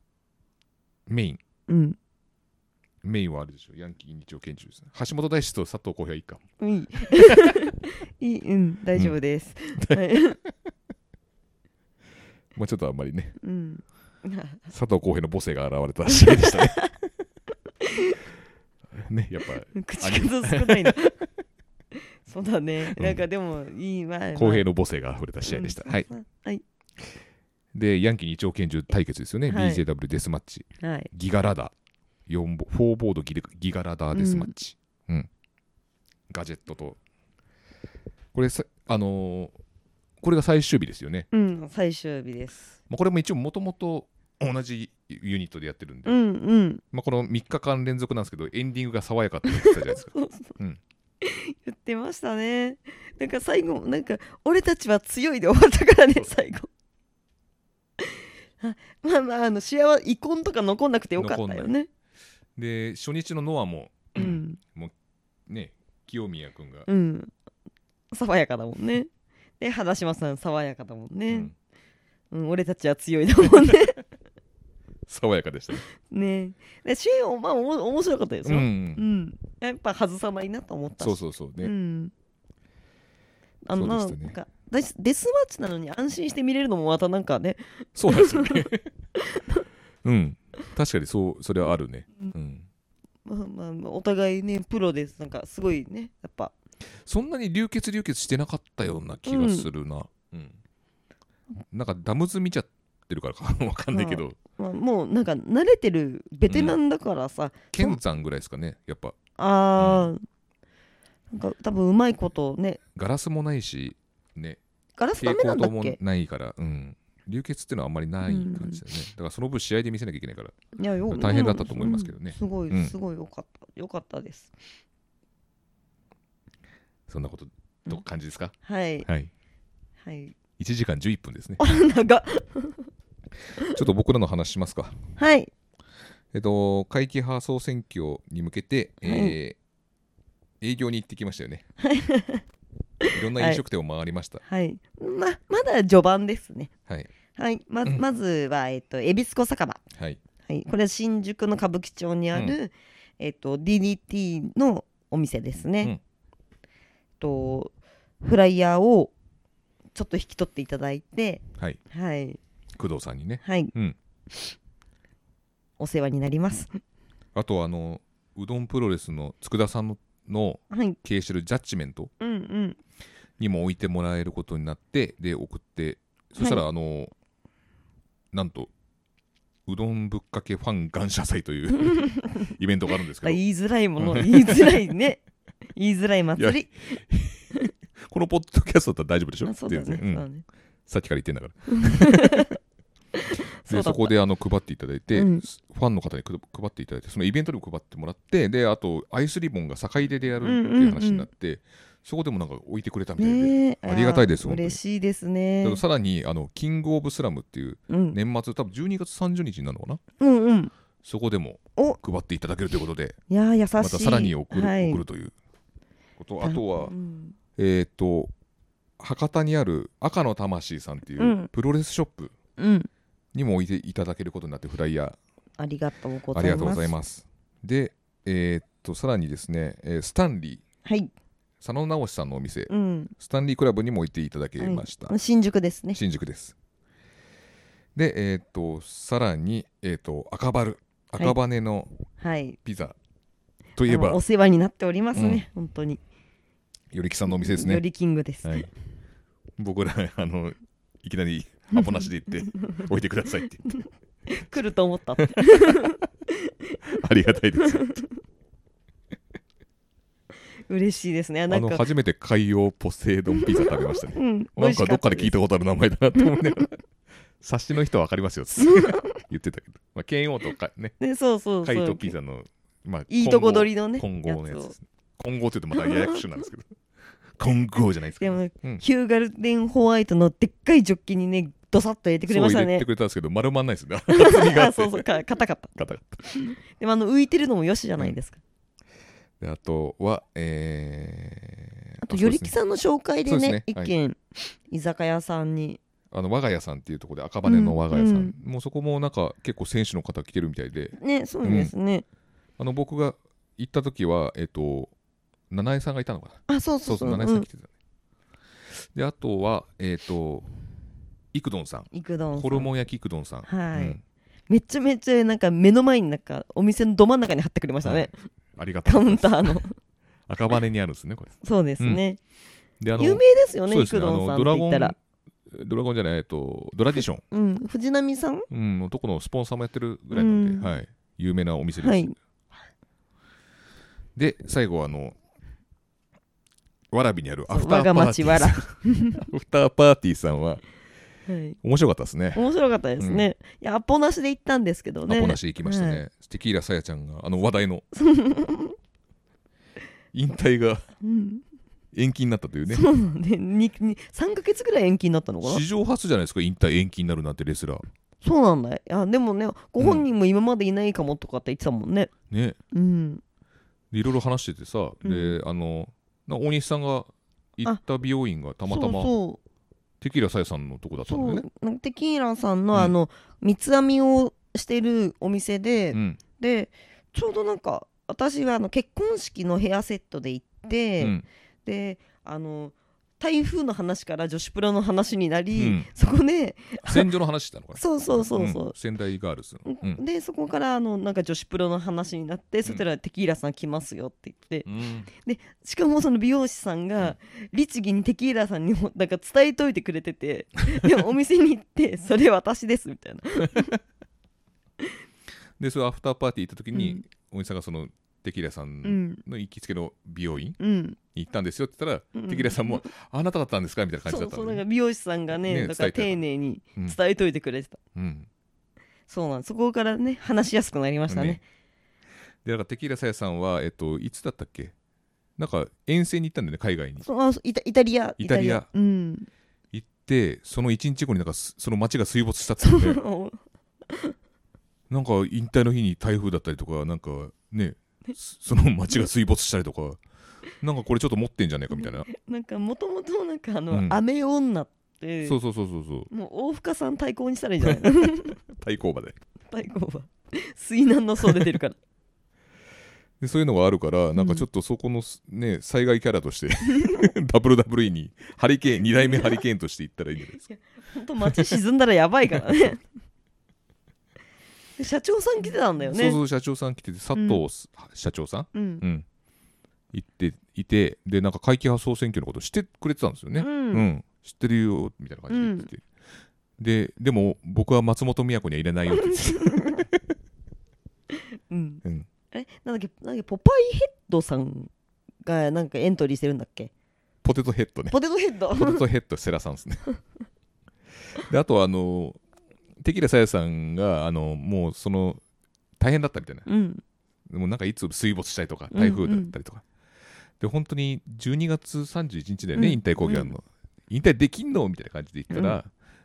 あれでしょ、ヤンキー日曜拳銃ですね。橋本大志と佐藤浩平はいいかも。 いい、大丈夫です。 まあちょっとあんまりね、佐藤浩平の母性が現れた試合でしたね。ね、やっぱ口数少ないな。そうだね、なんかでもいいわ。 浩平の母性が溢れた試合でした。はい。で、ヤンキー日曜拳銃対決ですよね。BJW デスマッチ。ギガラダー、4ボードギガラダーデスマッチ。ガジェットと。これが最終日ですよね。 最終日です。 これも一応もともと同じユニットでやってるんで、この3日間連続なんですけど、エンディングが爽やかって言ってたじゃないですか。 言ってましたね。なんか最後、なんか俺たちは強いで終わったからね、最後。試合は遺恨とか残んなくてよかったよね。 で、初日のノアも、もうね、清宮君が、 爽やかだもんね。で、花島さん爽やかだもんね。俺たちは強いだもんね。 爽やかでしたね。 で試合も面白かったですよ。やっぱ外さないなと思ったし。 そうね。 なんかデスマッチなのに安心して見れるのもまたなんかね。 そうなんですよね。確かにそれはあるね。 お互いねプロです。なんかすごいね、やっぱそんなに流血してなかったような気がするな。なんかダムズ見ちゃってるからかわかんないけど、 もうなんか慣れてるベテランだからさ、 剣山ぐらいですかね、やっぱ。 なんか多分うまいことね、 ガラスもないしね、 ガラスダメなんだっけ。 蛍光灯もないから、流血っていうのはあんまりない感じだよね。だからその分試合で見せなきゃいけないから大変だったと思いますけどね。 すごいよかったです。 そんなことど感じですか。 はい。 1時間11分ですね。 長っ。 ちょっと僕らの話しますか。 はい。 会期派総選挙に向けて、営業に行ってきましたよね。いろんな飲食店を回りました。 まだ序盤ですね。まずは恵比寿小酒場。これは新宿の歌舞伎町にあるDDT のお店ですね。フライヤーをちょっと引き取っていただいて、 工藤さんにね、 お世話になります。 あとうどんプロレスの佃さんの経営してるジャッジメントにも置いてもらえることになって、で送って、そしたらなんとうどんぶっかけファン感謝祭というイベントがあるんですけど、 言いづらいもの、言いづらいね。言いづらい祭り。 このポッドキャストだったら大丈夫でしょ。 そうだね。 さっきから言ってんだからでそこで配っていただいて、ファンの方に配っていただいて、そのイベントでも配ってもらって、であとアイスリボンが坂出でやるっていう話になって、 そこでもなんか置いてくれたみたいで、ありがたいです。 嬉しいですね。 さらにキングオブスラムっていう年末、多分12月30日になるのかな、そこでも配っていただけるということで、 いや優しい、 またさらに送るということ。あとは、博多にある赤の魂さんっていうプロレスショップにも置いていただけることになって、フライヤーありがとうございます。で、さらにですね、スタンリー、佐野直さんのお店、スタンリークラブにも置いていただけました。 新宿ですね。 新宿です。で、さらに、赤羽のピザといえば、 お世話になっておりますね、本当に。 よりきさんのお店ですね。 よりキングです。 僕らいきなりアポなしで行って置いてくださいって言って来ると思ったって。 ありがたいです。 嬉しいですね。 初めて海洋ポセイドンピザ食べましたね。なんかどっかで聞いたことある名前だなと思うね。察しの人は分かりますよって言ってたけど、剣王とかね、海斗ピザのいいとこ取りのね、 混合のやつです。混合って言うとまたややこしいなんですけど、混合じゃないですか。 でもヒューガルデンホワイトのでっかいジョッキにね、ドサッと入れてくれましたね。 そう入れてくれたんですけど、丸まんないですね。 そう硬かった。でも浮いてるのもよしじゃないですか。 であとは、 あとよりきさんの紹介でね、一軒居酒屋さんに、 我が家さんっていうところで、赤羽の我が家さん、もうそこもなんか結構選手の方来てるみたいでね。そうですね。 僕が行った時は七重さんがいたのかな。そう七重さん来てたね。であとは幾丼さん、ホルモン焼き幾丼さん、 めちゃめちゃなんか目の前になんかお店のど真ん中に貼ってくれましたね。 ありがとう。 カウンターの赤羽にあるんですね、これ。 そうですね。有名ですよね、幾丼さんって言ったら。 ドラゴンじゃない、ドラディション、藤波さんのとこのスポンサーもやってるぐらいなんで、有名なお店です。で最後は蕨にあるアフターパーティーアフターパーティーさんは面白かったですね。 面白かったですね。いやアポなしで行ったんですけどね。 アポなしで行きましたね。テキーラさやちゃんが話題の引退が延期になったというね。 そうなんで3ヶ月ぐらい延期になったのかな。 史上初じゃないですか、引退延期になるなんて、レスラー。 そうなんだ。いやでもね、ご本人も今までいないかもとかって言ってたもんね。 ね。いろいろ話しててさ、で大西さんが行った美容院がたまたまテキーラさやさんのとこだったんだよね。 テキーラさんの三つ編みをしてるお店で、でちょうどなんか私は結婚式のヘアセットで行って、で台風の話から女子プロの話になり、そこで戦場の話したのかな。 そう仙台ガールズの、 でそこからなんか女子プロの話になって、そしたらテキーラさん来ますよって言って、でしかもその美容師さんが律儀にテキーラさんにもなんか伝えといてくれてて、でお店に行ってそれ私ですみたいなでそれアフターパーティー行った時に、おじさんがそのテキーラさんの行きつけの美容院に行ったんですよって言ったら、テキーラさんもあなただったんですかみたいな感じだったんで、 そうなんか美容師さんがねだから丁寧に伝えといてくれてた。そうなん、そこからね話しやすくなりましたね。 でなんかテキーラさやさんはいつだったっけ、なんか遠征に行ったんだよね、海外に。 イタリア行ってその1日後になんかその街が水没したって言ってなんか引退の日に台風だったりとか、なんかねその街が水没したりとかなんかこれちょっと持ってんじゃねえかみたいななんかもともとなんか雨女ってそうもう大深さん対抗にしたらいいんじゃないの対抗馬で水難の層出てるからでそういうのがあるから、なんかちょっとそこのね災害キャラとして WWE にハリケーン2代目ハリケーンとして行ったらいいんじゃないですか。 ほんと街沈んだらやばいからね社長さん来てたんだよね。 そう社長さん来てて、佐藤社長さん、行っていて、でなんか会期派総選挙のこと知ってくれてたんですよね。知ってるよみたいな感じで言ってて、でも僕は松本都には入れないよって言ってなんだっけポパイヘッドさんがなんかエントリーしてるんだっけ。 ポテトヘッドね。 ポテトヘッドセラさんですねであとテキーラさやさんがもうその大変だったみたいな、もうなんかいつ水没したりとか台風だったりとか、 で本当に12月31日だよね、引退講義あるの、引退できんのみたいな感じで言ったら、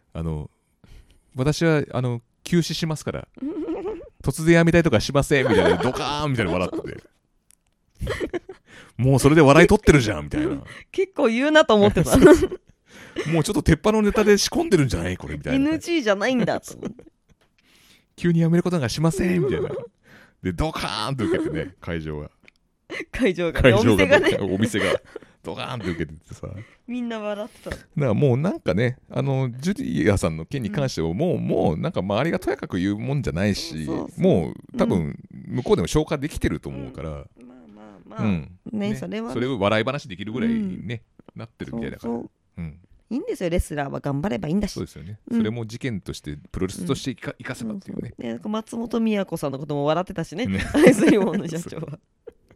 私は休止しますから突然やめたいとかしませんみたいな、ドカーンみたいな笑っててもうそれで笑い取ってるじゃんみたいな結構言うなと思ってたもうちょっと鉄板のネタで仕込んでるんじゃないこれみたいな NG じゃないんだと思って急にやめることなんかしませんみたいなでドカーンと受けてね、会場がね、お店がドカーンと受けててさ、 みんな笑ってた。だからもうなんかね、ジュリアさんの件に関してはもうなんか周りがとやかく言うもんじゃないし、もう多分向こうでも消化できてると思うから、ね、それを笑い話できるぐらいね、なってるみたいだから、いいんですよ、レスラーは頑張ればいいんだし。 そうですよね、それも事件としてプロレスとして生かせばっていうね。 松本都さんのことも笑ってたしね、アイスリボンの社長は。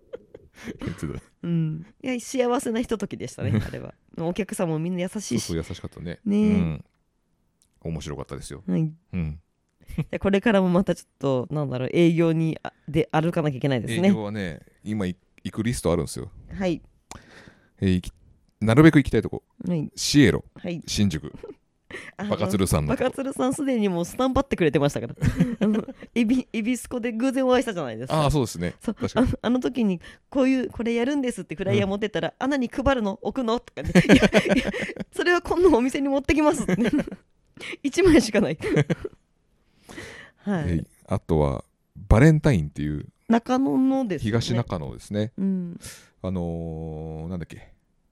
いや幸せなひとときでしたねあれは。お客さんもみんな優しいし、 そう優しかったね。面白かったですよ。 これからもまたちょっとなんだろう、営業にで歩かなきゃいけないですね。 営業はね、今行くリストあるんですよ。 はい。 なるべく行きたいとこ、シエロ、新宿、バカツルさんの。 バカツルさんすでにもうスタンバってくれてましたからエビスコで偶然お会いしたじゃないですか。 そうですね。確かにあの時にこれやるんですってフライヤー持ってったら、穴に配るの置くのとかねいやそれは今度お店に持ってきますって1枚しかないあとはバレンタインっていう中野のですね、 東中野ですね。なんだっけ、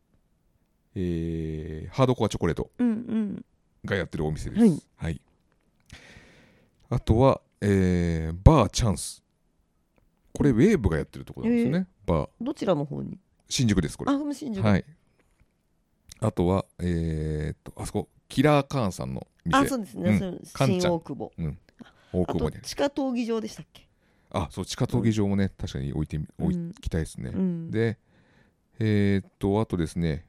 ハードコアチョコレートがやってるお店です。あとは、バーチャンス、これウェーブがやってるところなんですよね。バーどちらの方に？ 新宿です、これ。 新宿。 あとはあそこキラーカーンさんの店。 そうですね、新大久保。 大久保に地下闘技場でしたっけ？ そう地下闘技場もね、確かに置きたいですね。であとですね、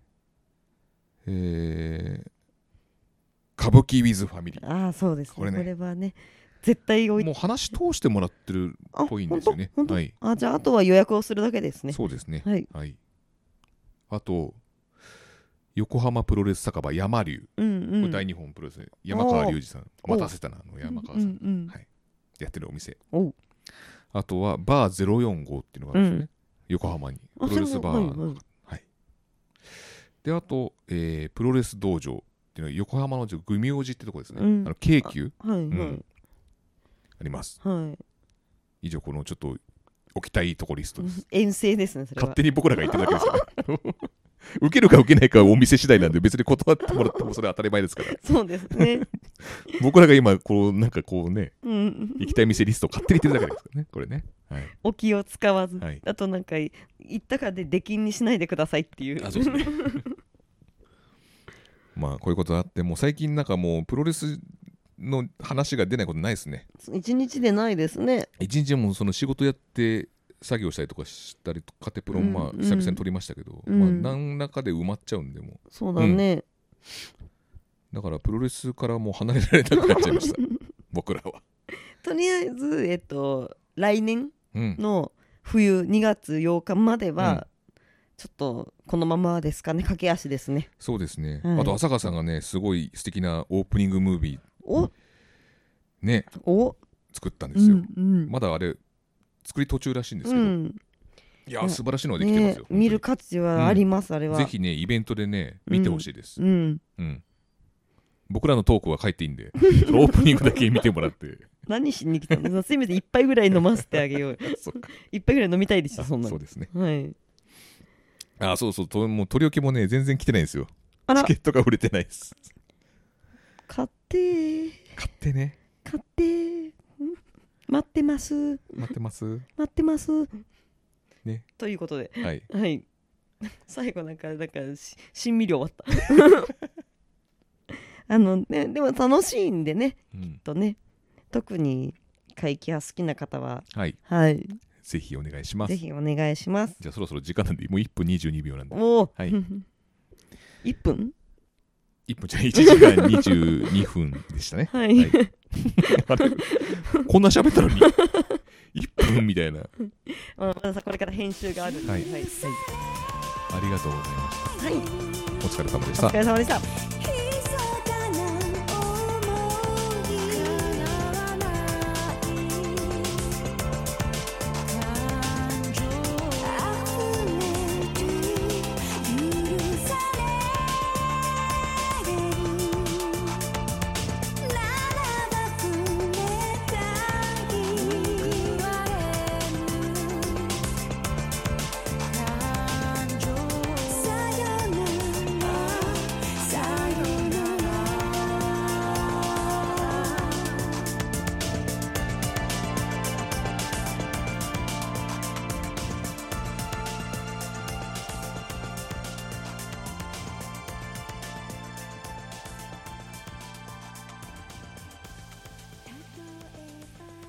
歌舞伎 with ファミリー。 そうですね。これはね、絶対もう話通してもらってるっぽいんですよね。 じゃああとは予約をするだけですね。 そうですね。あと横浜プロレス酒場山流、大日本プロレス山川隆二さん、待たせたな、山川さん、やってるお店。あとはバー045っていうのがあるんですね、横浜にプロレスバー。であと、プロレス道場っていうのは横浜のグミ王子ってとこですね。京急あります。以上、このちょっと置きたいとこリストです。 遠征ですね、それは。 勝手に僕らが言ってるだけですよね受けるか受けないかはお店次第なんで、別に断ってもらってもそれは当たり前ですから。 そうですね僕らが今なんかね、行きたい店リストを勝手に言ってるだけですからね、これね。 お気を使わず、あとなんか行ったかで出禁にしないでくださいっていう。 そうですねこういうことあって、もう最近なんかもうプロレスの話が出ないことないですね。 一日でないですね。 一日もその仕事やって作業したりとかしたりとか、カテプロン久々に撮りましたけど、何らかで埋まっちゃうんで、もうそうだね、 だからプロレスからもう離れられなくなっちゃいました僕らは。 とりあえず来年の冬2月8日までは、ちょっとこのままですかね、駆け足ですね。 そうですね、あと浅川さんがね、すごい素敵なオープニングムービーね作ったんですよ。まだあれ作り途中らしいんですけど、いや素晴らしいのができてますよ。 見る価値はあります、あれは。 ぜひね、イベントでね見てほしいです。僕らのトークは書いていいんで、そのオープニングだけ見てもらって何しに来たの？せめて一杯ぐらい飲ませてあげよう一杯ぐらい飲みたいでしょ、そんなの。 そうですね。そうもう取り置きもね全然来てないんですよ。チケットが売れてないです。 買ってね、 買って待ってますね。ということで、最後なんかしんみり終わったね、でも楽しいんでね、とね、特に怪奇派好きな方はぜひお願いします。 ぜひお願いします。 じゃあそろそろ時間なんで、もう1分22秒なんで。 1分じゃ1時間22分でしたね。こんな喋ったのに1分みたいな。 まだこれから編集があるんで。 ありがとうございました。 はい、 お疲れ様でした。 お疲れ様でした。